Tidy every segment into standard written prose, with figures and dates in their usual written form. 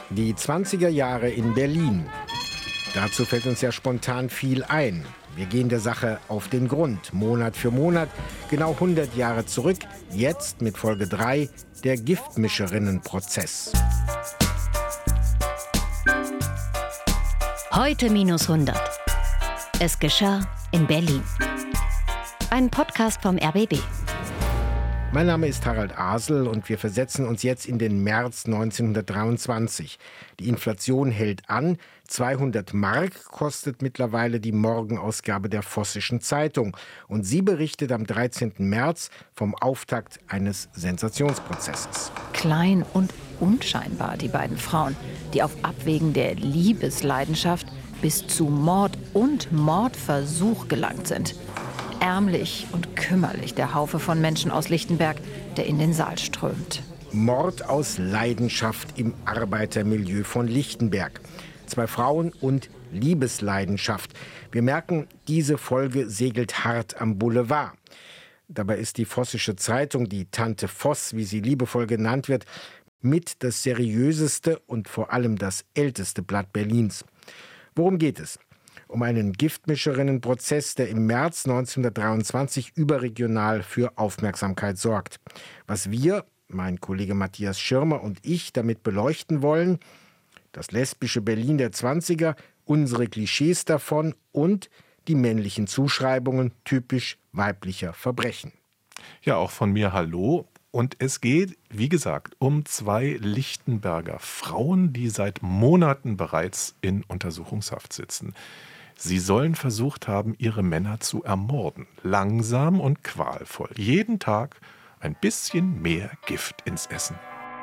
Die 20er Jahre in Berlin. Dazu fällt uns ja spontan viel ein. Wir gehen der Sache auf den Grund, Monat für Monat, genau 100 Jahre zurück, jetzt mit Folge 3, der Giftmischerinnenprozess. Heute minus 100. Es geschah in Berlin. Ein Podcast vom RBB. Mein Name ist Harald Asel und wir versetzen uns jetzt in den März 1923. Die Inflation hält an. 200 Mark kostet mittlerweile die Morgenausgabe der Vossischen Zeitung. Und sie berichtet am 13. März vom Auftakt eines Sensationsprozesses. Klein und unscheinbar, die beiden Frauen, die auf Abwägen der Liebesleidenschaft bis zu Mord und Mordversuch gelangt sind. Ärmlich und kümmerlich der Haufe von Menschen aus Lichtenberg, der in den Saal strömt. Mord aus Leidenschaft im Arbeitermilieu von Lichtenberg. 2 Frauen und Liebesleidenschaft. Wir merken, diese Folge segelt hart am Boulevard. Dabei ist die Vossische Zeitung, die Tante Voss, wie sie liebevoll genannt wird, mit das seriöseste und vor allem das älteste Blatt Berlins. Worum geht es? Um einen Giftmischerinnenprozess, der im März 1923 überregional für Aufmerksamkeit sorgt. Was wir, mein Kollege Matthias Schirmer und ich, damit beleuchten wollen: das lesbische Berlin der 20er, unsere Klischees davon und die männlichen Zuschreibungen typisch weiblicher Verbrechen. Ja, auch von mir hallo. Und es geht, wie gesagt, um 2 Lichtenberger Frauen, die seit Monaten bereits in Untersuchungshaft sitzen. Sie sollen versucht haben, ihre Männer zu ermorden. Langsam und qualvoll. Jeden Tag ein bisschen mehr Gift ins Essen.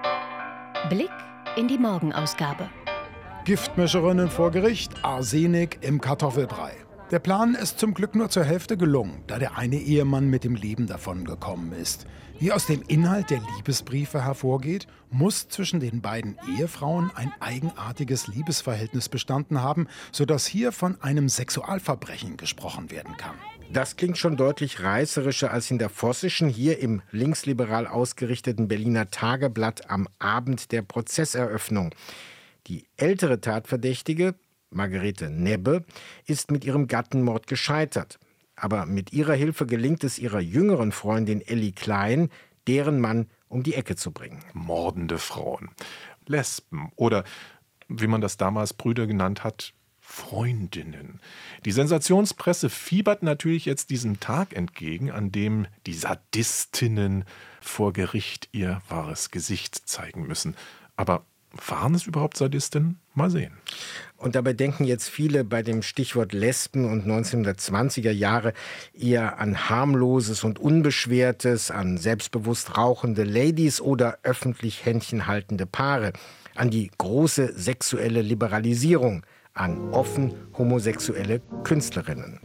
Blick in die Morgenausgabe. Giftmischerinnen vor Gericht, Arsenik im Kartoffelbrei. Der Plan ist zum Glück nur zur Hälfte gelungen, da der eine Ehemann mit dem Leben davongekommen ist. Wie aus dem Inhalt der Liebesbriefe hervorgeht, muss zwischen den beiden Ehefrauen ein eigenartiges Liebesverhältnis bestanden haben, sodass hier von einem Sexualverbrechen gesprochen werden kann. Das klingt schon deutlich reißerischer als in der Vossischen, hier im linksliberal ausgerichteten Berliner Tageblatt am Abend der Prozesseröffnung. Die ältere Tatverdächtige, Margarete Nebbe, ist mit ihrem Gattenmord gescheitert. Aber mit ihrer Hilfe gelingt es ihrer jüngeren Freundin Elli Klein, deren Mann um die Ecke zu bringen. Mordende Frauen, Lesben oder, wie man das damals Brüder genannt hat, Freundinnen. Die Sensationspresse fiebert natürlich jetzt diesem Tag entgegen, an dem die Sadistinnen vor Gericht ihr wahres Gesicht zeigen müssen. Aber waren es überhaupt Sadistinnen? Mal sehen. Und dabei denken jetzt viele bei dem Stichwort Lesben und 1920er Jahre eher an harmloses und unbeschwertes, an selbstbewusst rauchende Ladies oder öffentlich Händchen haltende Paare, an die große sexuelle Liberalisierung, an offen homosexuelle Künstlerinnen.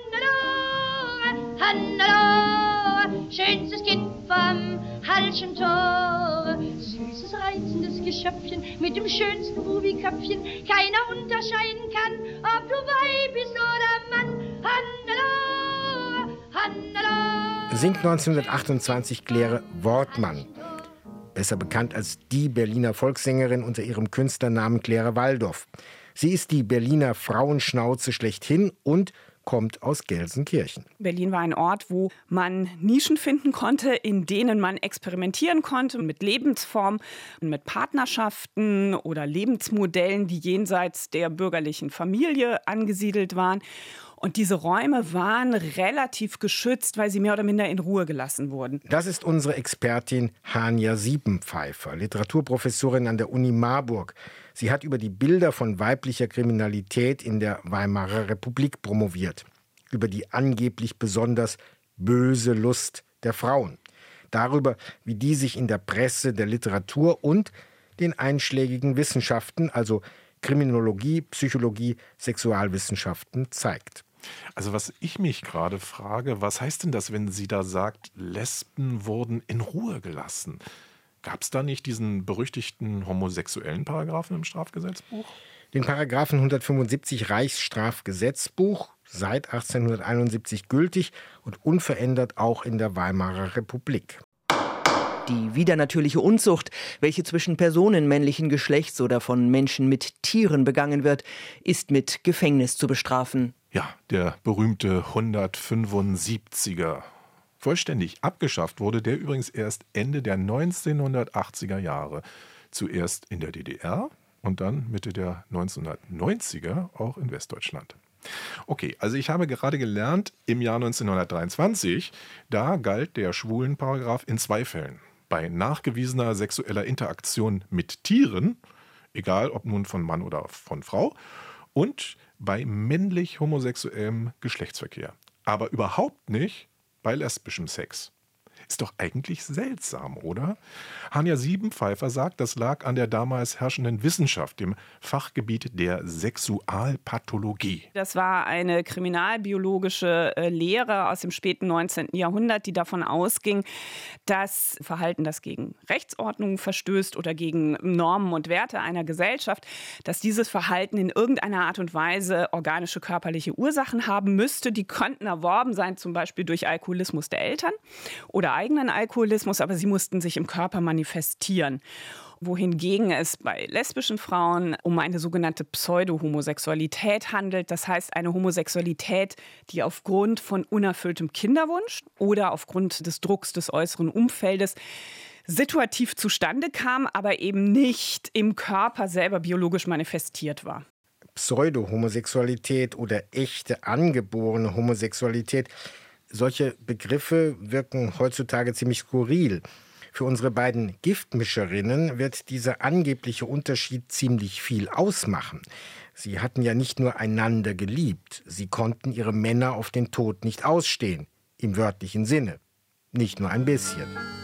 Hannelore, Hannelore, schönstes Kind vom Hallschen Tor, süßes, reizendes Geschöpfchen mit dem schönsten Bubiköpfchen, keiner unterscheiden kann, ob du Weib bist oder Mann. Hannelore, Hannelore. Singt 1928 Claire Wortmann, besser bekannt als die Berliner Volkssängerin unter ihrem Künstlernamen Claire Waldoff. Sie ist die Berliner Frauenschnauze schlechthin und kommt aus Gelsenkirchen. Berlin war ein Ort, wo man Nischen finden konnte, in denen man experimentieren konnte mit Lebensformen, mit Partnerschaften oder Lebensmodellen, die jenseits der bürgerlichen Familie angesiedelt waren. Und diese Räume waren relativ geschützt, weil sie mehr oder minder in Ruhe gelassen wurden. Das ist unsere Expertin Hania Siebenpfeifer, Literaturprofessorin an der Uni Marburg. Sie hat über die Bilder von weiblicher Kriminalität in der Weimarer Republik promoviert. Über die angeblich besonders böse Lust der Frauen. Darüber, wie die sich in der Presse, der Literatur und den einschlägigen Wissenschaften, also Kriminologie, Psychologie, Sexualwissenschaften, zeigt. Also was ich mich gerade frage, was heißt denn das, wenn sie da sagt, Lesben wurden in Ruhe gelassen? Gab es da nicht diesen berüchtigten homosexuellen Paragraphen im Strafgesetzbuch? Den Paragraphen 175 Reichsstrafgesetzbuch, seit 1871 gültig und unverändert auch in der Weimarer Republik. Die widernatürliche Unzucht, welche zwischen Personen männlichen Geschlechts oder von Menschen mit Tieren begangen wird, ist mit Gefängnis zu bestrafen. Ja, der berühmte 175er. Vollständig abgeschafft wurde der übrigens erst Ende der 1980er Jahre. Zuerst in der DDR und dann Mitte der 1990er auch in Westdeutschland. Okay, also ich habe gerade gelernt, im Jahr 1923, da galt der Schwulenparagraph in 2 Fällen. Bei nachgewiesener sexueller Interaktion mit Tieren, egal ob nun von Mann oder von Frau, und bei männlich homosexuellem Geschlechtsverkehr. Aber überhaupt nicht bei lesbischem Sex. Ist doch eigentlich seltsam, oder? Hanja Siebenpfeifer sagt, das lag an der damals herrschenden Wissenschaft, dem Fachgebiet der Sexualpathologie. Das war eine kriminalbiologische Lehre aus dem späten 19. Jahrhundert, die davon ausging, dass Verhalten, das gegen Rechtsordnung verstößt oder gegen Normen und Werte einer Gesellschaft, dass dieses Verhalten in irgendeiner Art und Weise organische körperliche Ursachen haben müsste. Die könnten erworben sein, zum Beispiel durch Alkoholismus der Eltern oder eigenen Alkoholismus, aber sie mussten sich im Körper manifestieren. Wohingegen es bei lesbischen Frauen um eine sogenannte Pseudo-Homosexualität handelt. Das heißt, eine Homosexualität, die aufgrund von unerfülltem Kinderwunsch oder aufgrund des Drucks des äußeren Umfeldes situativ zustande kam, aber eben nicht im Körper selber biologisch manifestiert war. Pseudo-Homosexualität oder echte angeborene Homosexualität, solche Begriffe wirken heutzutage ziemlich skurril. Für unsere beiden Giftmischerinnen wird dieser angebliche Unterschied ziemlich viel ausmachen. Sie hatten ja nicht nur einander geliebt, sie konnten ihre Männer auf den Tod nicht ausstehen, im wörtlichen Sinne. Nicht nur ein bisschen.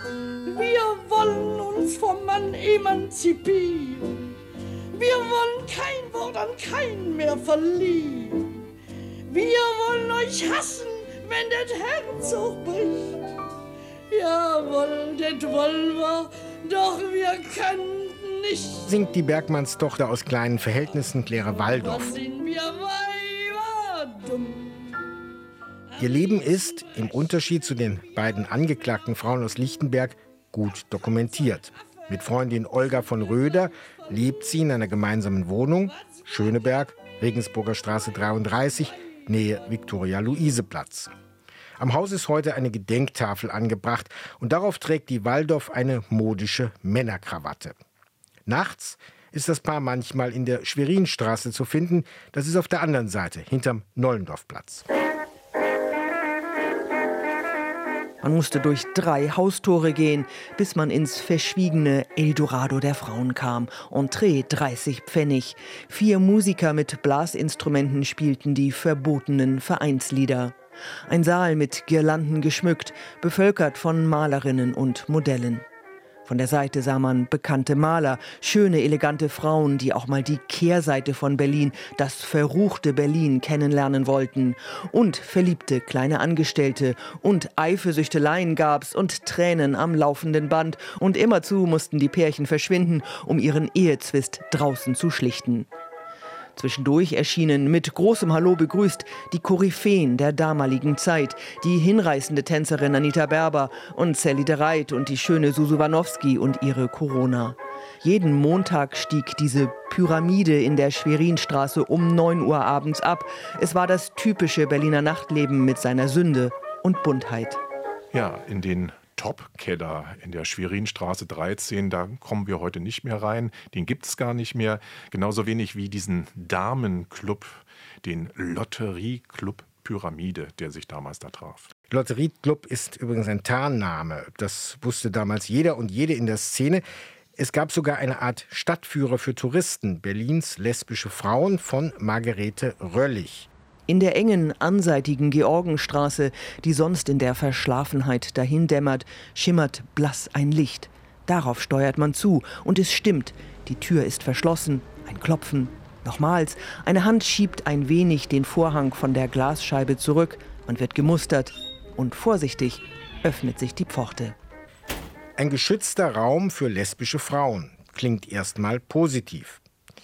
Wir wollen uns vom Mann emanzipieren. Wir wollen kein Wort an keinen mehr verlieren. Wir wollen euch hassen, wenn das Herz hochbricht. Jawohl, das wollen wir, doch wir können nicht. Singt die Bergmannstochter aus kleinen Verhältnissen, Clara Waldorf. Sind wir Weiber dumm. Ihr Leben ist, im Unterschied zu den beiden angeklagten Frauen aus Lichtenberg, gut dokumentiert. Mit Freundin Olga von Röder lebt sie in einer gemeinsamen Wohnung, Schöneberg, Regensburger Straße 33, Nähe Viktoria-Luise-Platz. Am Haus ist heute eine Gedenktafel angebracht und darauf trägt die Waldorf eine modische Männerkrawatte. Nachts ist das Paar manchmal in der Schwerinstraße zu finden. Das ist auf der anderen Seite, hinterm Nollendorfplatz. Man musste durch 3 Haustore gehen, bis man ins verschwiegene Eldorado der Frauen kam. Entree 30 Pfennig. 4 Musiker mit Blasinstrumenten spielten die verbotenen Vereinslieder. Ein Saal mit Girlanden geschmückt, bevölkert von Malerinnen und Modellen. Von der Seite sah man bekannte Maler, schöne, elegante Frauen, die auch mal die Kehrseite von Berlin, das verruchte Berlin, kennenlernen wollten. Und verliebte kleine Angestellte und Eifersüchteleien gab's und Tränen am laufenden Band. Und immerzu mussten die Pärchen verschwinden, um ihren Ehezwist draußen zu schlichten. Zwischendurch erschienen mit großem Hallo begrüßt die Koryphäen der damaligen Zeit, die hinreißende Tänzerin Anita Berber und Sally de Reit und die schöne Susu Wanowski und ihre Corona. Jeden Montag stieg diese Pyramide in der Schwerinstraße um 9 Uhr abends ab. Es war das typische Berliner Nachtleben mit seiner Sünde und Buntheit. Ja, in den Top-Keller in der Schwerinstraße 13, da kommen wir heute nicht mehr rein. Den gibt es gar nicht mehr. Genauso wenig wie diesen Damenclub, den Lotterieclub Pyramide, der sich damals da traf. Lotterieclub ist übrigens ein Tarnname. Das wusste damals jeder und jede in der Szene. Es gab sogar eine Art Stadtführer für Touristen, Berlins lesbische Frauen von Margarete Röllig. In der engen, anseitigen Georgenstraße, die sonst in der Verschlafenheit dahindämmert, schimmert blass ein Licht. Darauf steuert man zu und es stimmt, die Tür ist verschlossen, ein Klopfen. Nochmals, eine Hand schiebt ein wenig den Vorhang von der Glasscheibe zurück, man wird gemustert und vorsichtig öffnet sich die Pforte. Ein geschützter Raum für lesbische Frauen klingt erstmal positiv.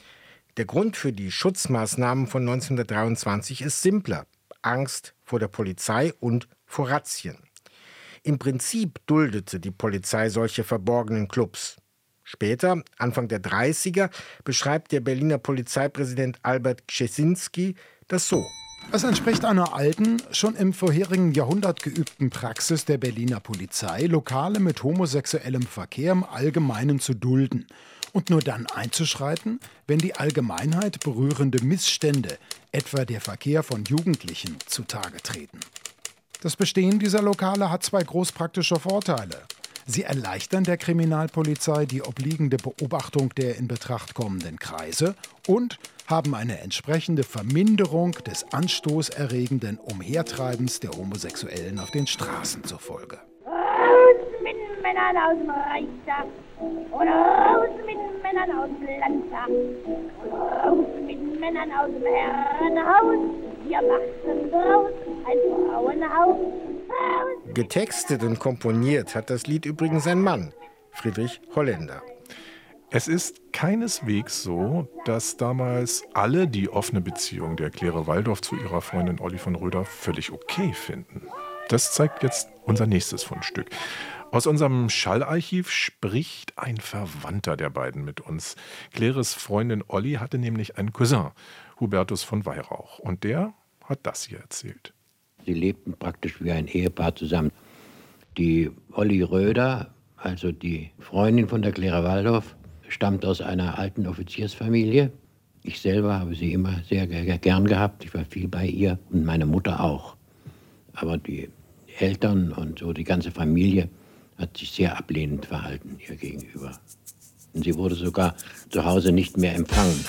Der Grund für die Schutzmaßnahmen von 1923 ist simpler: Angst vor der Polizei und vor Razzien. Im Prinzip duldete die Polizei solche verborgenen Clubs. Später, Anfang der 30er, beschreibt der Berliner Polizeipräsident Albert Kschessinski das so. Es entspricht einer alten, schon im vorherigen Jahrhundert geübten Praxis der Berliner Polizei, Lokale mit homosexuellem Verkehr im Allgemeinen zu dulden und nur dann einzuschreiten, wenn die Allgemeinheit berührende Missstände, etwa der Verkehr von Jugendlichen, zutage treten. Das Bestehen dieser Lokale hat zwei großpraktische Vorteile. Sie erleichtern der Kriminalpolizei die obliegende Beobachtung der in Betracht kommenden Kreise und haben eine entsprechende Verminderung des anstoßerregenden Umhertreibens der Homosexuellen auf den Straßen zur Folge. Raus mit den Männern aus dem Reichstag und raus mit den Männern aus dem Landtag und raus mit den Männern aus dem Herrenhaus. Wir machten draus ein Frauenhaus. Getextet und komponiert hat das Lied übrigens sein Mann, Friedrich Holländer. Es ist keineswegs so, dass damals alle die offene Beziehung der Claire Waldoff zu ihrer Freundin Olli von Röder völlig okay finden. Das zeigt jetzt unser nächstes Fundstück. Aus unserem Schallarchiv spricht ein Verwandter der beiden mit uns. Claires Freundin Olli hatte nämlich einen Cousin, Hubertus von Weihrauch. Und der hat das hier erzählt. Sie lebten praktisch wie ein Ehepaar zusammen. Die Olli Röder, also die Freundin von der Claire Waldoff, stammt aus einer alten Offiziersfamilie. Ich selber habe sie immer sehr gern gehabt. Ich war viel bei ihr und meine Mutter auch. Aber die Eltern und so die ganze Familie hat sich sehr ablehnend verhalten ihr gegenüber. Und sie wurde sogar zu Hause nicht mehr empfangen.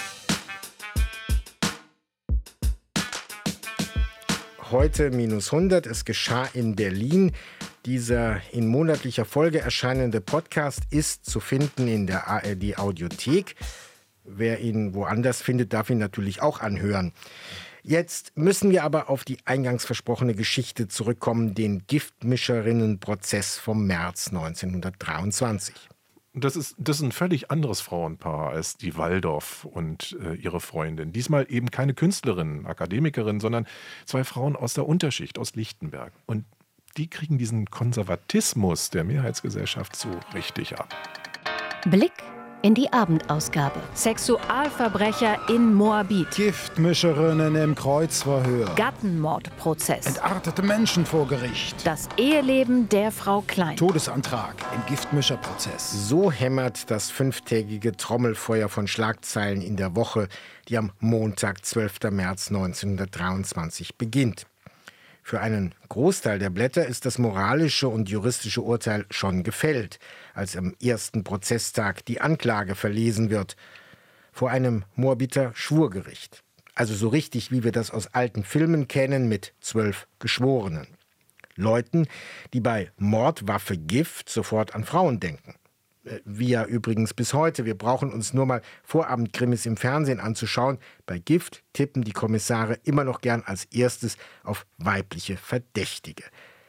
Heute -100, es geschah in Berlin. Dieser in monatlicher Folge erscheinende Podcast ist zu finden in der ARD Audiothek. Wer ihn woanders findet, darf ihn natürlich auch anhören. Jetzt müssen wir aber auf die eingangs versprochene Geschichte zurückkommen, den Giftmischerinnenprozess vom März 1923. Das ist ein völlig anderes Frauenpaar als die Waldoff und ihre Freundin. Diesmal eben keine Künstlerin, Akademikerin, sondern zwei Frauen aus der Unterschicht, aus Lichtenberg. Und die kriegen diesen Konservatismus der Mehrheitsgesellschaft so richtig ab. Blick in die Abendausgabe. Sexualverbrecher in Moabit. Giftmischerinnen im Kreuzverhör. Gattenmordprozess. Entartete Menschen vor Gericht. Das Eheleben der Frau Klein. Todesantrag im Giftmischerprozess. So hämmert das 5-tägige Trommelfeuer von Schlagzeilen in der Woche, die am Montag, 12. März 1923 beginnt. Für einen Großteil der Blätter ist das moralische und juristische Urteil schon gefällt, als am ersten Prozesstag die Anklage verlesen wird, vor einem Moabiter Schwurgericht. Also so richtig, wie wir das aus alten Filmen kennen, mit 12 Geschworenen. Leuten, die bei Mordwaffe Gift sofort an Frauen denken. Wie ja übrigens bis heute. Wir brauchen uns nur mal Vorabendkrimis im Fernsehen anzuschauen. Bei Gift tippen die Kommissare immer noch gern als erstes auf weibliche Verdächtige.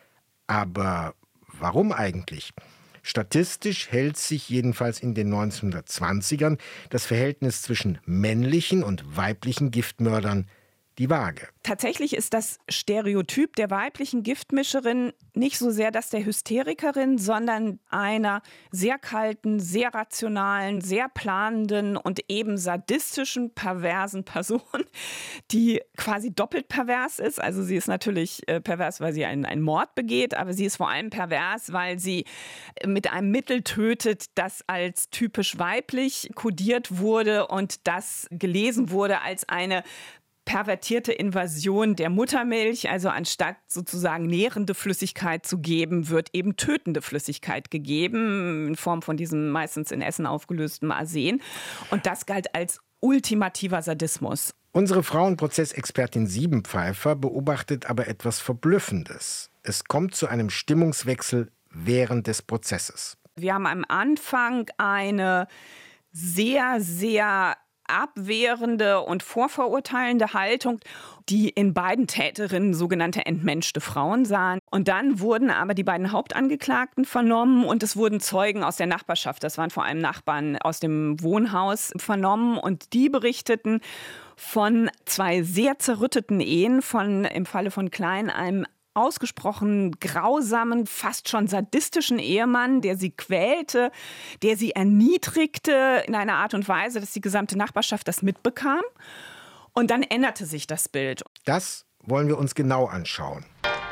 Aber warum eigentlich? Statistisch hält sich jedenfalls in den 1920ern das Verhältnis zwischen männlichen und weiblichen Giftmördern die Waage. Tatsächlich ist das Stereotyp der weiblichen Giftmischerin nicht so sehr das der Hysterikerin, sondern einer sehr kalten, sehr rationalen, sehr planenden und eben sadistischen, perversen Person, die quasi doppelt pervers ist. Also sie ist natürlich pervers, weil sie einen Mord begeht, aber sie ist vor allem pervers, weil sie mit einem Mittel tötet, das als typisch weiblich kodiert wurde und das gelesen wurde als eine pervertierte Invasion der Muttermilch, also anstatt sozusagen nährende Flüssigkeit zu geben, wird eben tötende Flüssigkeit gegeben, in Form von diesem meistens in Essen aufgelösten Arsen. Und das galt als ultimativer Sadismus. Unsere Frauenprozessexpertin Siebenpfeifer beobachtet aber etwas Verblüffendes. Es kommt zu einem Stimmungswechsel während des Prozesses. Wir haben am Anfang eine sehr, sehr abwehrende und vorverurteilende Haltung, die in beiden Täterinnen sogenannte entmenschte Frauen sahen. Und dann wurden aber die beiden Hauptangeklagten vernommen und es wurden Zeugen aus der Nachbarschaft, das waren vor allem Nachbarn aus dem Wohnhaus, vernommen und die berichteten von zwei sehr zerrütteten Ehen, von im Falle von Klein einem ausgesprochen grausamen, fast schon sadistischen Ehemann, der sie quälte, der sie erniedrigte in einer Art und Weise, dass die gesamte Nachbarschaft das mitbekam. Und dann änderte sich das Bild. Das wollen wir uns genau anschauen.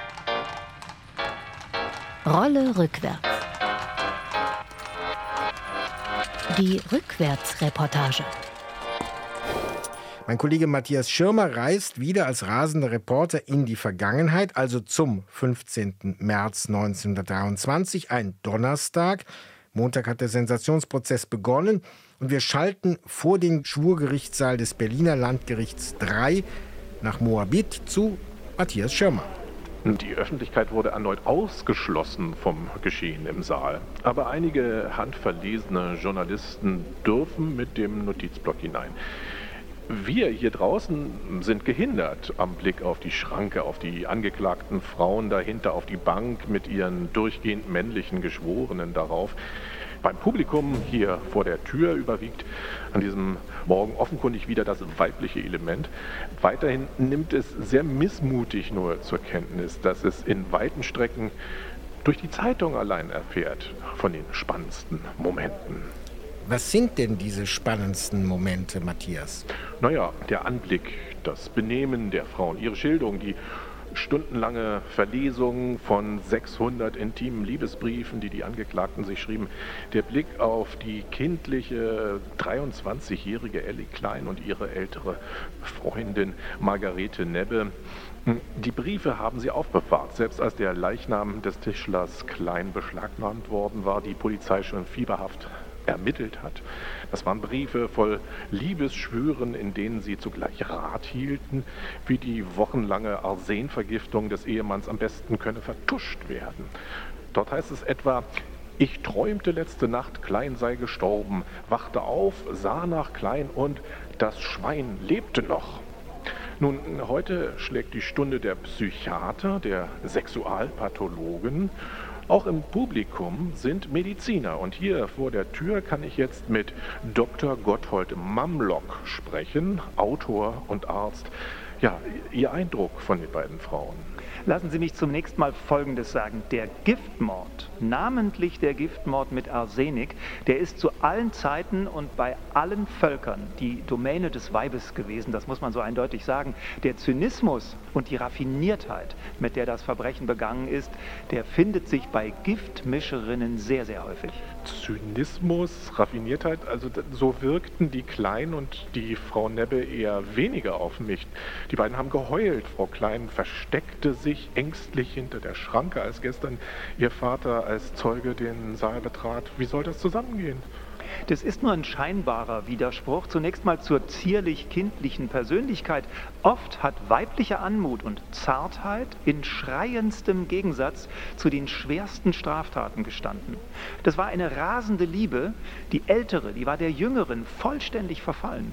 Rolle rückwärts. Die Rückwärtsreportage. Mein Kollege Matthias Schirmer reist wieder als rasender Reporter in die Vergangenheit, also zum 15. März 1923, ein Donnerstag. Montag hat der Sensationsprozess begonnen und wir schalten vor den Schwurgerichtssaal des Berliner Landgerichts 3 nach Moabit zu Matthias Schirmer. Die Öffentlichkeit wurde erneut ausgeschlossen vom Geschehen im Saal. Aber einige handverlesene Journalisten dürfen mit dem Notizblock hinein. Wir hier draußen sind gehindert am Blick auf die Schranke, auf die angeklagten Frauen dahinter, auf die Bank mit ihren durchgehend männlichen Geschworenen darauf. Beim Publikum hier vor der Tür überwiegt an diesem Morgen offenkundig wieder das weibliche Element. Weiterhin nimmt es sehr missmutig nur zur Kenntnis, dass es in weiten Strecken durch die Zeitung allein erfährt von den spannendsten Momenten. Was sind denn diese spannendsten Momente, Matthias? Naja, der Anblick, das Benehmen der Frauen, ihre Schilderung, die stundenlange Verlesung von 600 intimen Liebesbriefen, die die Angeklagten sich schrieben, der Blick auf die kindliche 23-jährige Ellie Klein und ihre ältere Freundin Margarete Nebbe. Die Briefe haben sie aufbewahrt, selbst als der Leichnam des Tischlers Klein beschlagnahmt worden war, die Polizei schon fieberhaft ermittelt hat. Das waren Briefe voll Liebesschwüren, in denen sie zugleich Rat hielten, wie die wochenlange Arsenvergiftung des Ehemanns am besten könne vertuscht werden. Dort heißt es etwa: Ich träumte letzte Nacht, Klein sei gestorben, wachte auf, sah nach Klein und das Schwein lebte noch. Nun, heute schlägt die Stunde der Psychiater, der Sexualpathologen. Auch im Publikum sind Mediziner und hier vor der Tür kann ich jetzt mit Dr. Gotthold Mamlock sprechen, Autor und Arzt. Ja, Ihr Eindruck von den beiden Frauen? Lassen Sie mich zunächst mal Folgendes sagen. Der Giftmord, namentlich der Giftmord mit Arsenik, der ist zu allen Zeiten und bei allen Völkern die Domäne des Weibes gewesen. Das muss man so eindeutig sagen. Der Zynismus und die Raffiniertheit, mit der das Verbrechen begangen ist, der findet sich bei Giftmischerinnen sehr, sehr häufig. Zynismus, Raffiniertheit, also so wirkten die Klein und die Frau Nebbe eher weniger auf mich. Die beiden haben geheult. Frau Klein versteckte sich ängstlich hinter der Schranke, als gestern ihr Vater als Zeuge den Saal betrat. Wie soll das zusammengehen? Das ist nur ein scheinbarer Widerspruch. Zunächst mal zur zierlich-kindlichen Persönlichkeit. Oft hat weibliche Anmut und Zartheit in schreiendstem Gegensatz zu den schwersten Straftaten gestanden. Das war eine rasende Liebe. Die ältere, die war der jüngeren vollständig verfallen.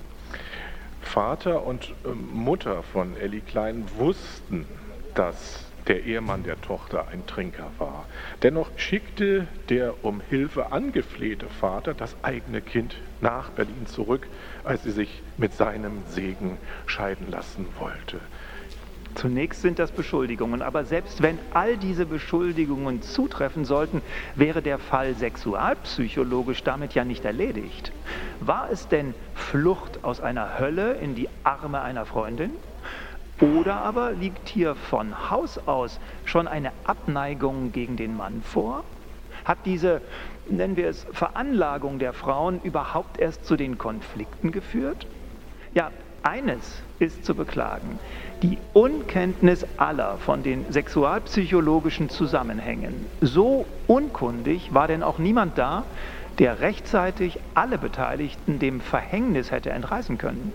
Vater und Mutter von Ellie Klein wussten, dass der Ehemann der Tochter ein Trinker war. Dennoch schickte der um Hilfe angeflehte Vater das eigene Kind nach Berlin zurück, als sie sich mit seinem Segen scheiden lassen wollte. Zunächst sind das Beschuldigungen, aber selbst wenn all diese Beschuldigungen zutreffen sollten, wäre der Fall sexualpsychologisch damit ja nicht erledigt. War es denn Flucht aus einer Hölle in die Arme einer Freundin? Oder aber liegt hier von Haus aus schon eine Abneigung gegen den Mann vor? Hat diese, nennen wir es, Veranlagung der Frauen überhaupt erst zu den Konflikten geführt? Ja, eines ist zu beklagen: die Unkenntnis aller von den sexualpsychologischen Zusammenhängen. So unkundig war denn auch niemand da, der rechtzeitig alle Beteiligten dem Verhängnis hätte entreißen können.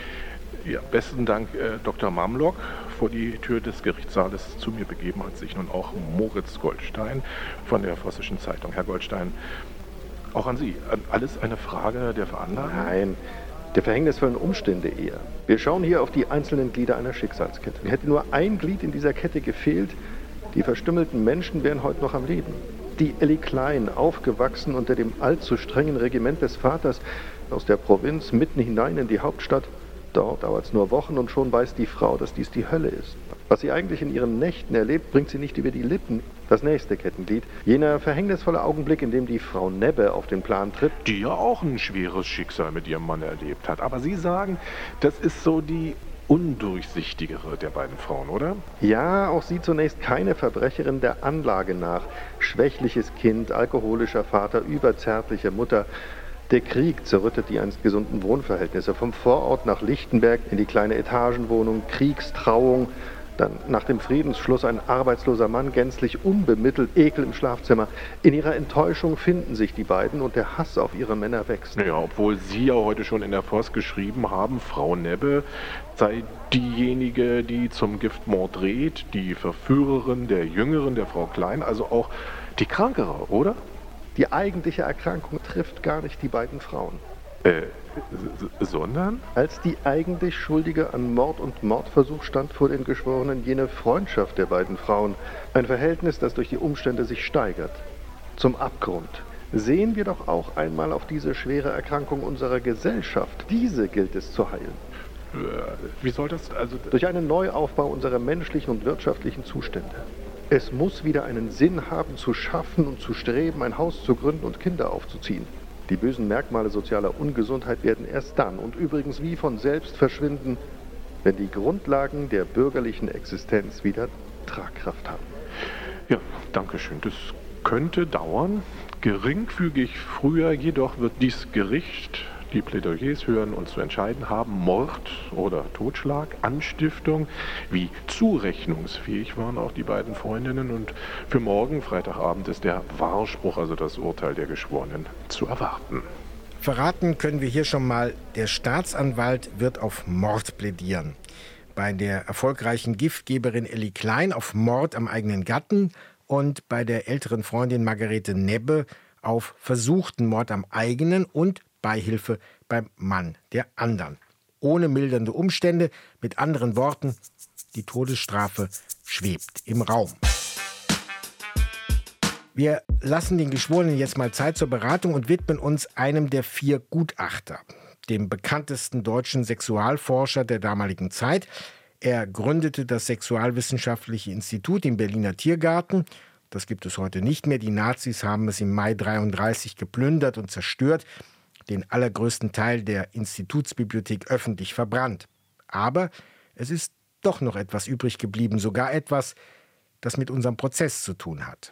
Ja, besten Dank, Dr. Mamlock. Vor die Tür des Gerichtssaales zu mir begeben hat sich nun auch Moritz Goldstein von der Vossischen Zeitung. Herr Goldstein, auch an Sie. Alles eine Frage der Veranlagung? Nein, der verhängnisvollen Umstände eher. Wir schauen hier auf die einzelnen Glieder einer Schicksalskette. Hätte nur ein Glied in dieser Kette gefehlt, die verstümmelten Menschen wären heute noch am Leben. Die Ellie Klein, aufgewachsen unter dem allzu strengen Regiment des Vaters, aus der Provinz mitten hinein in die Hauptstadt. Dort dauert es nur Wochen und schon weiß die Frau, dass dies die Hölle ist. Was sie eigentlich in ihren Nächten erlebt, bringt sie nicht über die Lippen. Das nächste Kettenglied, jener verhängnisvolle Augenblick, in dem die Frau Nebbe auf den Plan tritt. Die ja auch ein schweres Schicksal mit ihrem Mann erlebt hat. Aber Sie sagen, das ist so die undurchsichtigere der beiden Frauen, oder? Ja, auch sie zunächst keine Verbrecherin der Anlage nach. Schwächliches Kind, alkoholischer Vater, überzärtliche Mutter. Der Krieg zerrüttet die einst gesunden Wohnverhältnisse. Vom Vorort nach Lichtenberg in die kleine Etagenwohnung, Kriegstrauung. Dann nach dem Friedensschluss ein arbeitsloser Mann, gänzlich unbemittelt, Ekel im Schlafzimmer. In ihrer Enttäuschung finden sich die beiden und der Hass auf ihre Männer wächst. Ja, obwohl Sie ja heute schon in der Post geschrieben haben, Frau Nebbe sei diejenige, die zum Giftmord dreht, die Verführerin der Jüngeren, der Frau Klein, also auch die Krankere, oder? Die eigentliche Erkrankung trifft gar nicht die beiden Frauen. Sondern? Als die eigentlich Schuldige an Mord und Mordversuch stand vor den Geschworenen jene Freundschaft der beiden Frauen. Ein Verhältnis, das durch die Umstände sich steigert. Zum Abgrund. Sehen wir doch auch einmal auf diese schwere Erkrankung unserer Gesellschaft. Diese gilt es zu heilen. Wie soll das also? Durch einen Neuaufbau unserer menschlichen und wirtschaftlichen Zustände. Es muss wieder einen Sinn haben, zu schaffen und zu streben, ein Haus zu gründen und Kinder aufzuziehen. Die bösen Merkmale sozialer Ungesundheit werden erst dann und übrigens wie von selbst verschwinden, wenn die Grundlagen der bürgerlichen Existenz wieder Tragkraft haben. Ja, danke schön. Das könnte dauern. Geringfügig früher jedoch wird dies Gericht die Plädoyers hören und zu entscheiden haben, Mord oder Totschlag, Anstiftung, wie zurechnungsfähig waren auch die beiden Freundinnen, und für morgen, Freitagabend, ist der Wahrspruch, also das Urteil der Geschworenen, zu erwarten. Verraten können wir hier schon mal, der Staatsanwalt wird auf Mord plädieren. Bei der erfolgreichen Giftgeberin Elly Klein auf Mord am eigenen Gatten und bei der älteren Freundin Margarete Nebbe auf versuchten Mord am eigenen und Beihilfe beim Mann der anderen. Ohne mildernde Umstände, mit anderen Worten, die Todesstrafe schwebt im Raum. Wir lassen den Geschworenen jetzt mal Zeit zur Beratung und widmen uns einem der 4 Gutachter, dem bekanntesten deutschen Sexualforscher der damaligen Zeit. Er gründete das Sexualwissenschaftliche Institut im Berliner Tiergarten. Das gibt es heute nicht mehr. Die Nazis haben es im Mai 1933 geplündert und zerstört, den allergrößten Teil der Institutsbibliothek öffentlich verbrannt. Aber es ist doch noch etwas übrig geblieben, sogar etwas, das mit unserem Prozess zu tun hat.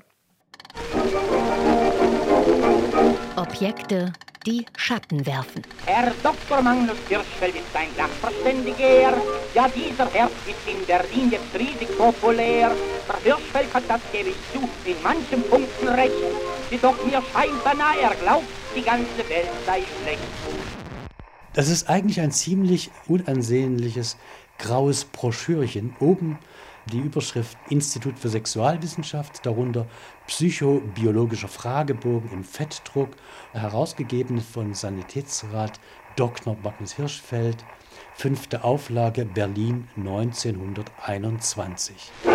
Objekte, die Schatten werfen. Herr Dr. Magnus Hirschfeld ist ein Sachverständiger. Ja, dieser Herr ist in Berlin jetzt riesig populär. Der Hirschfeld hat, das gebe ich zu, in manchen Punkten recht. Jedoch mir scheint beinahe, er glaubt, die ganze Welt sei schlecht. Das ist eigentlich ein ziemlich unansehnliches graues Broschürchen. Oben die Überschrift Institut für Sexualwissenschaft, darunter psychobiologischer Fragebogen im Fettdruck, herausgegeben von Sanitätsrat Dr. Magnus Hirschfeld, 5. Auflage, Berlin 1921.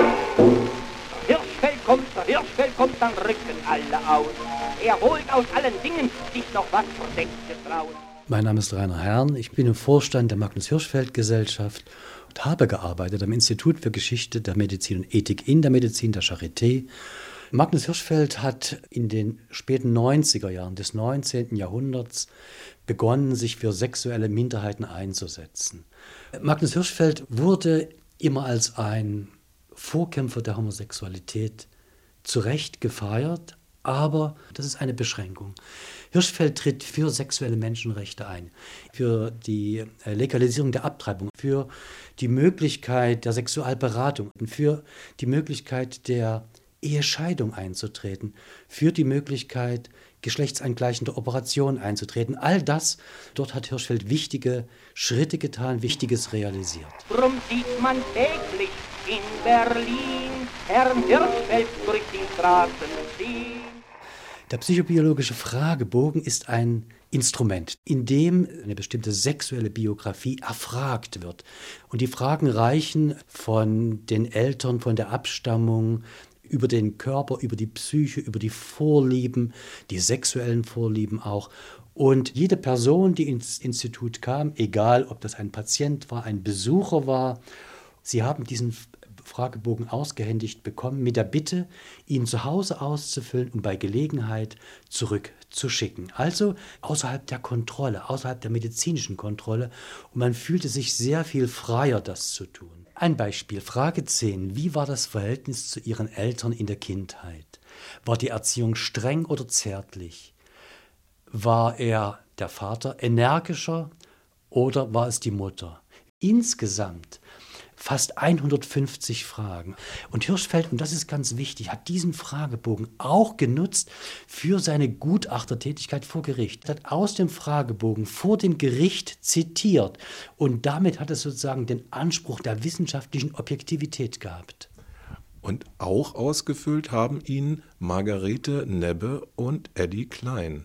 Hirschfeld kommt, dann rücken alle aus. Er holt aus allen Dingen sich noch was Verdecktes raus. Mein Name ist Rainer Herrn, ich bin im Vorstand der Magnus Hirschfeld Gesellschaft und habe gearbeitet am Institut für Geschichte der Medizin und Ethik in der Medizin der Charité. Magnus Hirschfeld hat in den späten 90er Jahren des 19. Jahrhunderts begonnen, sich für sexuelle Minderheiten einzusetzen. Magnus Hirschfeld wurde immer als ein Vorkämpfer der Homosexualität zu Recht gefeiert, aber das ist eine Beschränkung. Hirschfeld tritt für sexuelle Menschenrechte ein, für die Legalisierung der Abtreibung, für die Möglichkeit der Sexualberatung, für die Möglichkeit der Ehescheidung einzutreten, für die Möglichkeit, geschlechtsangleichende Operationen einzutreten. All das, dort hat Hirschfeld wichtige Schritte getan, Wichtiges realisiert. Drum sieht man täglich in Berlin Herrn Hirschfeld durch die Straßen ziehen. Der psychobiologische Fragebogen ist ein Instrument, in dem eine bestimmte sexuelle Biografie erfragt wird. Und die Fragen reichen von den Eltern, von der Abstammung, über den Körper, über die Psyche, über die Vorlieben, die sexuellen Vorlieben auch. Und jede Person, die ins Institut kam, egal ob das ein Patient war, ein Besucher war, sie haben diesen Fragebogen ausgehändigt bekommen, mit der Bitte, ihn zu Hause auszufüllen und bei Gelegenheit zurückzuschicken. Also außerhalb der Kontrolle, außerhalb der medizinischen Kontrolle. Und man fühlte sich sehr viel freier, das zu tun. Ein Beispiel, Frage 10. Wie war das Verhältnis zu Ihren Eltern in der Kindheit? War die Erziehung streng oder zärtlich? War er, der Vater, energischer oder war es die Mutter? Insgesamt fast 150 Fragen. Und Hirschfeld, und das ist ganz wichtig, hat diesen Fragebogen auch genutzt für seine Gutachtertätigkeit vor Gericht. Er hat aus dem Fragebogen vor dem Gericht zitiert und damit hat es sozusagen den Anspruch der wissenschaftlichen Objektivität gehabt. Und auch ausgefüllt haben ihn Margarete Nebbe und Eddie Klein.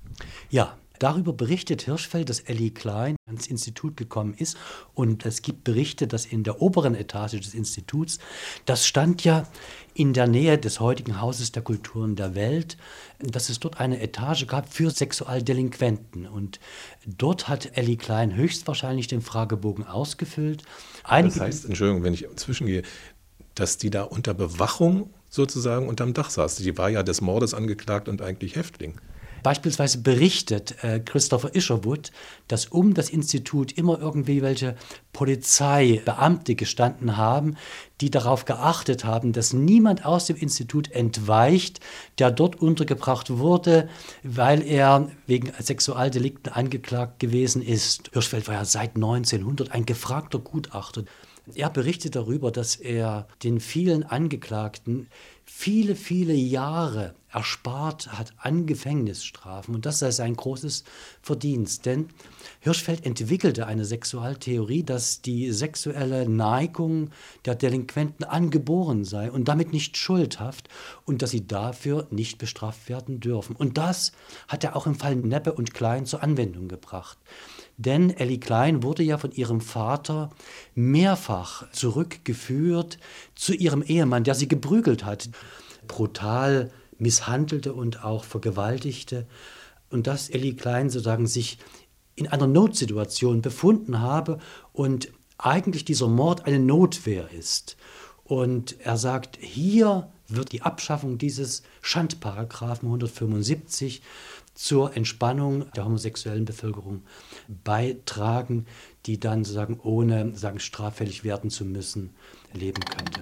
Ja, darüber berichtet Hirschfeld, dass Elly Klein ans Institut gekommen ist. Und es gibt Berichte, dass in der oberen Etage des Instituts, das stand ja in der Nähe des heutigen Hauses der Kulturen der Welt, dass es dort eine Etage gab für Sexualdelinquenten. Und dort hat Elly Klein höchstwahrscheinlich den Fragebogen ausgefüllt. Das heißt, Entschuldigung, wenn ich zwischengehe, dass die da unter Bewachung sozusagen unterm Dach saß. Die war ja des Mordes angeklagt und eigentlich Häftling. Beispielsweise berichtet Christopher Isherwood, dass um das Institut immer irgendwie welche Polizeibeamte gestanden haben, die darauf geachtet haben, dass niemand aus dem Institut entweicht, der dort untergebracht wurde, weil er wegen Sexualdelikten angeklagt gewesen ist. Hirschfeld war ja seit 1900 ein gefragter Gutachter. Er berichtet darüber, dass er den vielen Angeklagten viele, viele Jahre erspart hat an Gefängnisstrafen. Und das sei sein großes Verdienst. Denn Hirschfeld entwickelte eine Sexualtheorie, dass die sexuelle Neigung der Delinquenten angeboren sei und damit nicht schuldhaft und dass sie dafür nicht bestraft werden dürfen. Und das hat er auch im Fall Nebbe und Klein zur Anwendung gebracht. Denn Elly Klein wurde ja von ihrem Vater mehrfach zurückgeführt zu ihrem Ehemann, der sie geprügelt hat, brutal misshandelte und auch vergewaltigte. Und dass Elly Klein sozusagen sich in einer Notsituation befunden habe und eigentlich dieser Mord eine Notwehr ist. Und er sagt, hier wird die Abschaffung dieses Schandparagraphen 175 zur Entspannung der homosexuellen Bevölkerung beitragen, die dann sozusagen ohne straffällig werden zu müssen, leben könnte.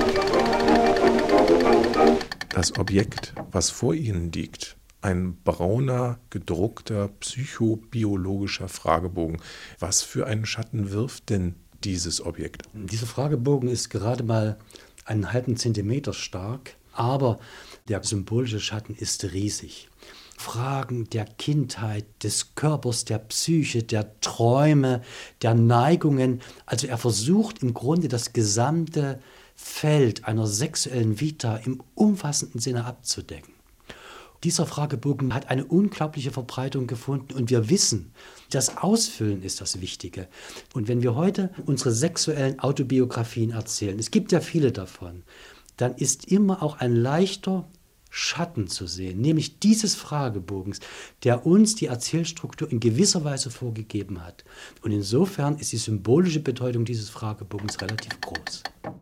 Das Objekt, was vor Ihnen liegt, ein brauner, gedruckter, psychobiologischer Fragebogen. Was für einen Schatten wirft denn dieses Objekt? Dieser Fragebogen ist gerade mal einen halben Zentimeter stark, aber der symbolische Schatten ist riesig. Fragen der Kindheit, des Körpers, der Psyche, der Träume, der Neigungen. Also er versucht im Grunde das gesamte Feld einer sexuellen Vita im umfassenden Sinne abzudecken. Dieser Fragebogen hat eine unglaubliche Verbreitung gefunden und wir wissen, das Ausfüllen ist das Wichtige. Und wenn wir heute unsere sexuellen Autobiografien erzählen, es gibt ja viele davon, dann ist immer auch ein leichter Schatten zu sehen, nämlich dieses Fragebogens, der uns die Erzählstruktur in gewisser Weise vorgegeben hat. Und insofern ist die symbolische Bedeutung dieses Fragebogens relativ groß.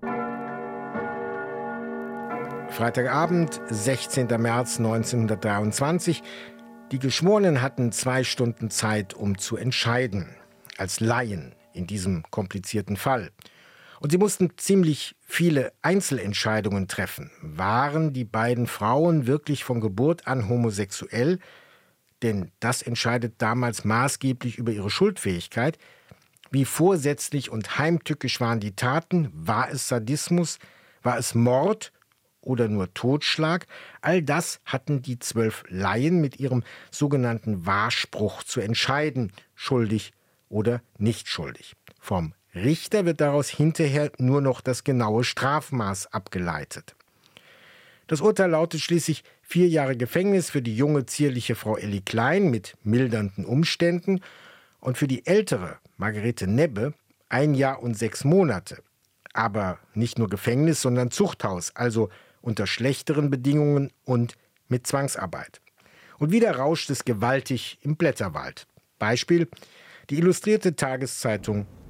Freitagabend, 16. März 1923. Die Geschworenen hatten 2 Stunden Zeit, um zu entscheiden, als Laien in diesem komplizierten Fall. Und sie mussten ziemlich viele Einzelentscheidungen treffen. Waren die beiden Frauen wirklich von Geburt an homosexuell? Denn das entscheidet damals maßgeblich über ihre Schuldfähigkeit. Wie vorsätzlich und heimtückisch waren die Taten? War es Sadismus? War es Mord oder nur Totschlag? All das hatten die 12 Laien mit ihrem sogenannten Wahrspruch zu entscheiden, schuldig oder nicht schuldig. Vom Richter wird daraus hinterher nur noch das genaue Strafmaß abgeleitet. Das Urteil lautet schließlich 4 Jahre Gefängnis für die junge, zierliche Frau Elly Klein mit mildernden Umständen und für die ältere Margarete Nebbe 1 Jahr und 6 Monate. Aber nicht nur Gefängnis, sondern Zuchthaus, also unter schlechteren Bedingungen und mit Zwangsarbeit. Und wieder rauscht es gewaltig im Blätterwald. Beispiel: die Illustrierte Tageszeitung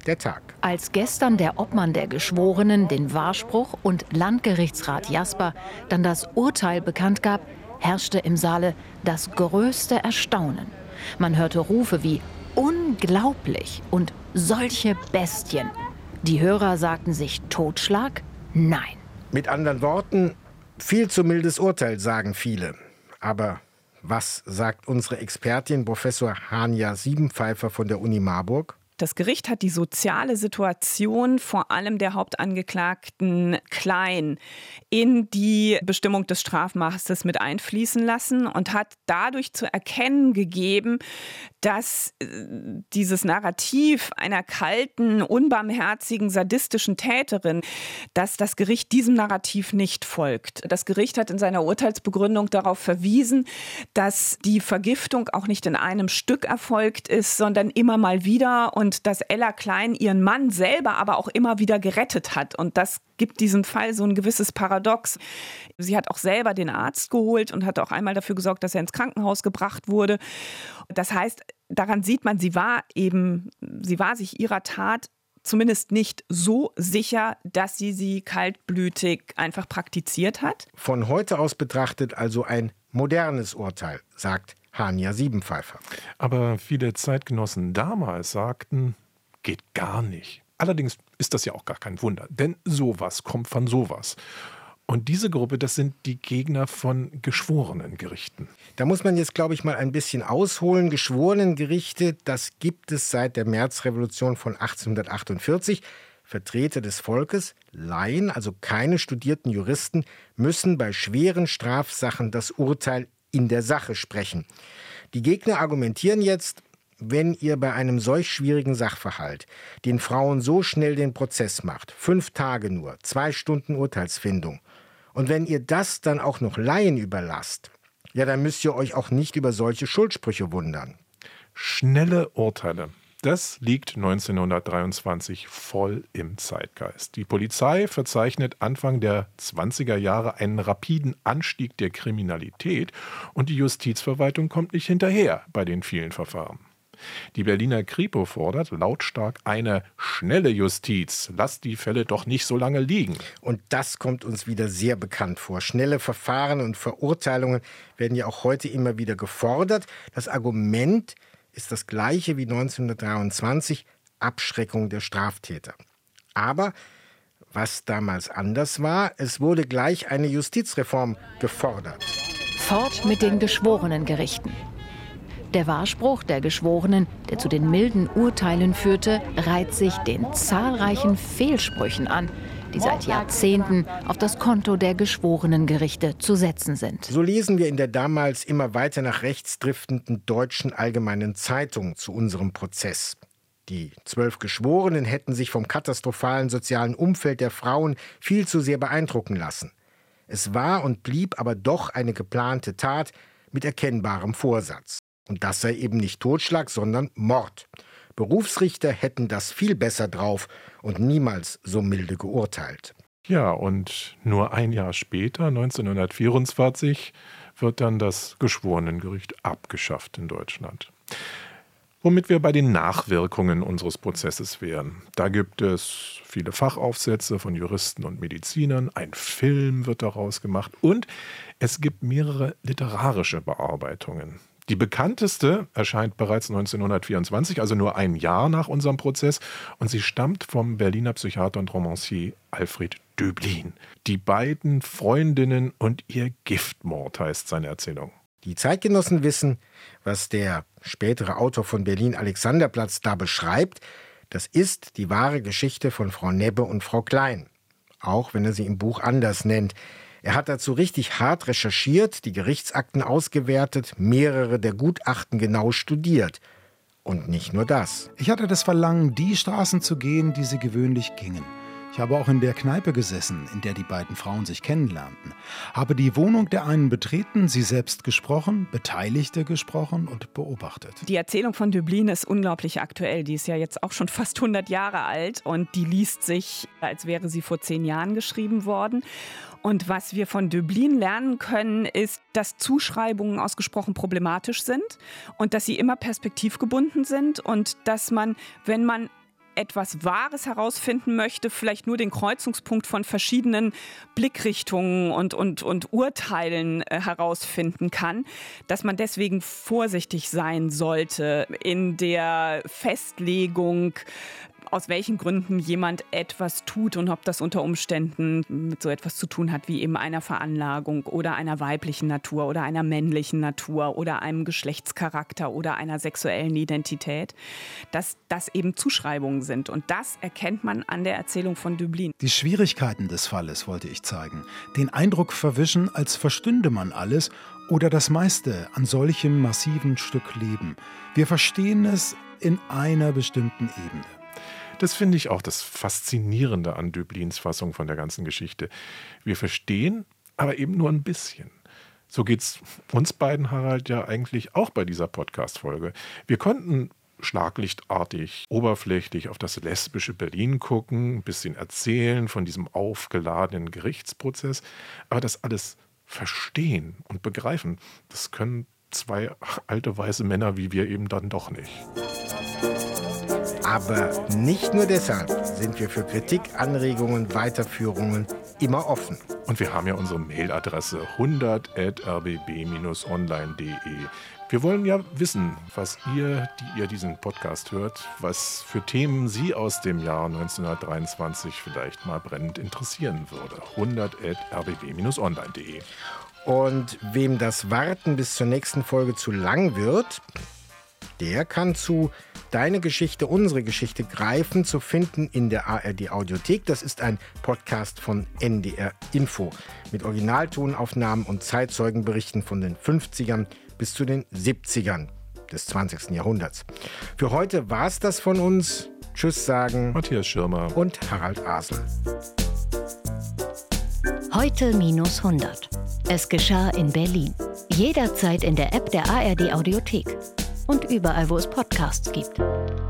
der Tag. Als gestern der Obmann der Geschworenen den Wahrspruch und Landgerichtsrat Jasper dann das Urteil bekannt gab, herrschte im Saale das größte Erstaunen. Man hörte Rufe wie unglaublich und solche Bestien. Die Hörer sagten sich Totschlag? Nein. Mit anderen Worten, viel zu mildes Urteil, sagen viele. Aber was sagt unsere Expertin Professor Hania Siebenpfeifer von der Uni Marburg? Das Gericht hat die soziale Situation vor allem der Hauptangeklagten Klein in die Bestimmung des Strafmaßes mit einfließen lassen und hat dadurch zu erkennen gegeben, dass dieses Narrativ einer kalten, unbarmherzigen, sadistischen Täterin, dass das Gericht diesem Narrativ nicht folgt. Das Gericht hat in seiner Urteilsbegründung darauf verwiesen, dass die Vergiftung auch nicht in einem Stück erfolgt ist, sondern immer mal wieder und dass Ella Klein ihren Mann selber aber auch immer wieder gerettet hat. Und das gibt diesem Fall so ein gewisses Paradox. Sie hat auch selber den Arzt geholt und hat auch einmal dafür gesorgt, dass er ins Krankenhaus gebracht wurde. Das heißt, daran sieht man, sie war sich ihrer Tat zumindest nicht so sicher, dass sie kaltblütig einfach praktiziert hat. Von heute aus betrachtet also ein modernes Urteil, sagt Hania Siebenpfeifer. Aber viele Zeitgenossen damals sagten, geht gar nicht. Allerdings ist das ja auch gar kein Wunder, denn sowas kommt von sowas. Und diese Gruppe, das sind die Gegner von Geschworenengerichten. Da muss man jetzt, glaube ich, mal ein bisschen ausholen. Geschworenengerichte, das gibt es seit der Märzrevolution von 1848. Vertreter des Volkes, Laien, also keine studierten Juristen, müssen bei schweren Strafsachen das Urteil in der Sache sprechen. Die Gegner argumentieren jetzt, wenn ihr bei einem solch schwierigen Sachverhalt den Frauen so schnell den Prozess macht, 5 Tage nur, 2 Stunden Urteilsfindung, und wenn ihr das dann auch noch Laien überlasst, ja, dann müsst ihr euch auch nicht über solche Schuldsprüche wundern. Schnelle Urteile. Das liegt 1923 voll im Zeitgeist. Die Polizei verzeichnet Anfang der 20er Jahre einen rapiden Anstieg der Kriminalität und die Justizverwaltung kommt nicht hinterher bei den vielen Verfahren. Die Berliner Kripo fordert lautstark eine schnelle Justiz. Lasst die Fälle doch nicht so lange liegen. Und das kommt uns wieder sehr bekannt vor. Schnelle Verfahren und Verurteilungen werden ja auch heute immer wieder gefordert. Das Argument ist das gleiche wie 1923, Abschreckung der Straftäter. Aber was damals anders war, es wurde gleich eine Justizreform gefordert. Fort mit den Geschworenengerichten. Der Wahrspruch der Geschworenen, der zu den milden Urteilen führte, reiht sich den zahlreichen Fehlsprüchen an, die seit Jahrzehnten auf das Konto der Geschworenengerichte zu setzen sind. So lesen wir in der damals immer weiter nach rechts driftenden Deutschen Allgemeinen Zeitung zu unserem Prozess. Die 12 Geschworenen hätten sich vom katastrophalen sozialen Umfeld der Frauen viel zu sehr beeindrucken lassen. Es war und blieb aber doch eine geplante Tat mit erkennbarem Vorsatz. Und das sei eben nicht Totschlag, sondern Mord. Berufsrichter hätten das viel besser drauf und niemals so milde geurteilt. Ja, und nur ein Jahr später, 1944, wird dann das Geschworenengericht abgeschafft in Deutschland. Womit wir bei den Nachwirkungen unseres Prozesses wären. Da gibt es viele Fachaufsätze von Juristen und Medizinern, ein Film wird daraus gemacht und es gibt mehrere literarische Bearbeitungen. Die bekannteste erscheint bereits 1924, also nur ein Jahr nach unserem Prozess, und sie stammt vom Berliner Psychiater und Romancier Alfred Döblin. Die beiden Freundinnen und ihr Giftmord heißt seine Erzählung. Die Zeitgenossen wissen, was der spätere Autor von Berlin-Alexanderplatz da beschreibt. Das ist die wahre Geschichte von Frau Nebbe und Frau Klein. Auch wenn er sie im Buch anders nennt. Er hat dazu richtig hart recherchiert, die Gerichtsakten ausgewertet, mehrere der Gutachten genau studiert. Und nicht nur das. Ich hatte das Verlangen, die Straßen zu gehen, die sie gewöhnlich gingen. Ich habe auch in der Kneipe gesessen, in der die beiden Frauen sich kennenlernten. Habe die Wohnung der einen betreten, sie selbst gesprochen, Beteiligte gesprochen und beobachtet. Die Erzählung von Döblin ist unglaublich aktuell. Die ist ja jetzt auch schon fast 100 Jahre alt und die liest sich, als wäre sie vor 10 Jahren geschrieben worden. Und was wir von Döblin lernen können, ist, dass Zuschreibungen ausgesprochen problematisch sind und dass sie immer perspektivgebunden sind und dass man, wenn man etwas Wahres herausfinden möchte, vielleicht nur den Kreuzungspunkt von verschiedenen Blickrichtungen und Urteilen herausfinden kann, dass man deswegen vorsichtig sein sollte in der Festlegung, aus welchen Gründen jemand etwas tut und ob das unter Umständen mit so etwas zu tun hat wie eben einer Veranlagung oder einer weiblichen Natur oder einer männlichen Natur oder einem Geschlechtscharakter oder einer sexuellen Identität, dass das eben Zuschreibungen sind. Und das erkennt man an der Erzählung von Döblin. Die Schwierigkeiten des Falles wollte ich zeigen. Den Eindruck verwischen, als verstünde man alles oder das meiste an solchem massiven Stück Leben. Wir verstehen es in einer bestimmten Ebene. Das finde ich auch das Faszinierende an Döblins Fassung von der ganzen Geschichte. Wir verstehen, aber eben nur ein bisschen. So geht's uns beiden, Harald, ja eigentlich auch bei dieser Podcast-Folge. Wir konnten schlaglichtartig, oberflächlich auf das lesbische Berlin gucken, ein bisschen erzählen von diesem aufgeladenen Gerichtsprozess. Aber das alles verstehen und begreifen, das können zwei alte weiße Männer wie wir eben dann doch nicht. Aber nicht nur deshalb sind wir für Kritik, Anregungen, Weiterführungen immer offen. Und wir haben ja unsere Mailadresse 100@rbb-online.de. Wir wollen ja wissen, was ihr, die ihr diesen Podcast hört, was für Themen Sie aus dem Jahr 1923 vielleicht mal brennend interessieren würde. 100@rbb-online.de. Und wem das Warten bis zur nächsten Folge zu lang wird, der kann zu Deine Geschichte, unsere Geschichte greifen, zu finden in der ARD Audiothek. Das ist ein Podcast von NDR Info mit Originaltonaufnahmen und Zeitzeugenberichten von den 50ern bis zu den 70ern des 20. Jahrhunderts. Für heute war es das von uns. Tschüss sagen Matthias Schirmer und Harald Asel. Heute -100. Es geschah in Berlin. Jederzeit in der App der ARD Audiothek. Und überall, wo es Podcasts gibt.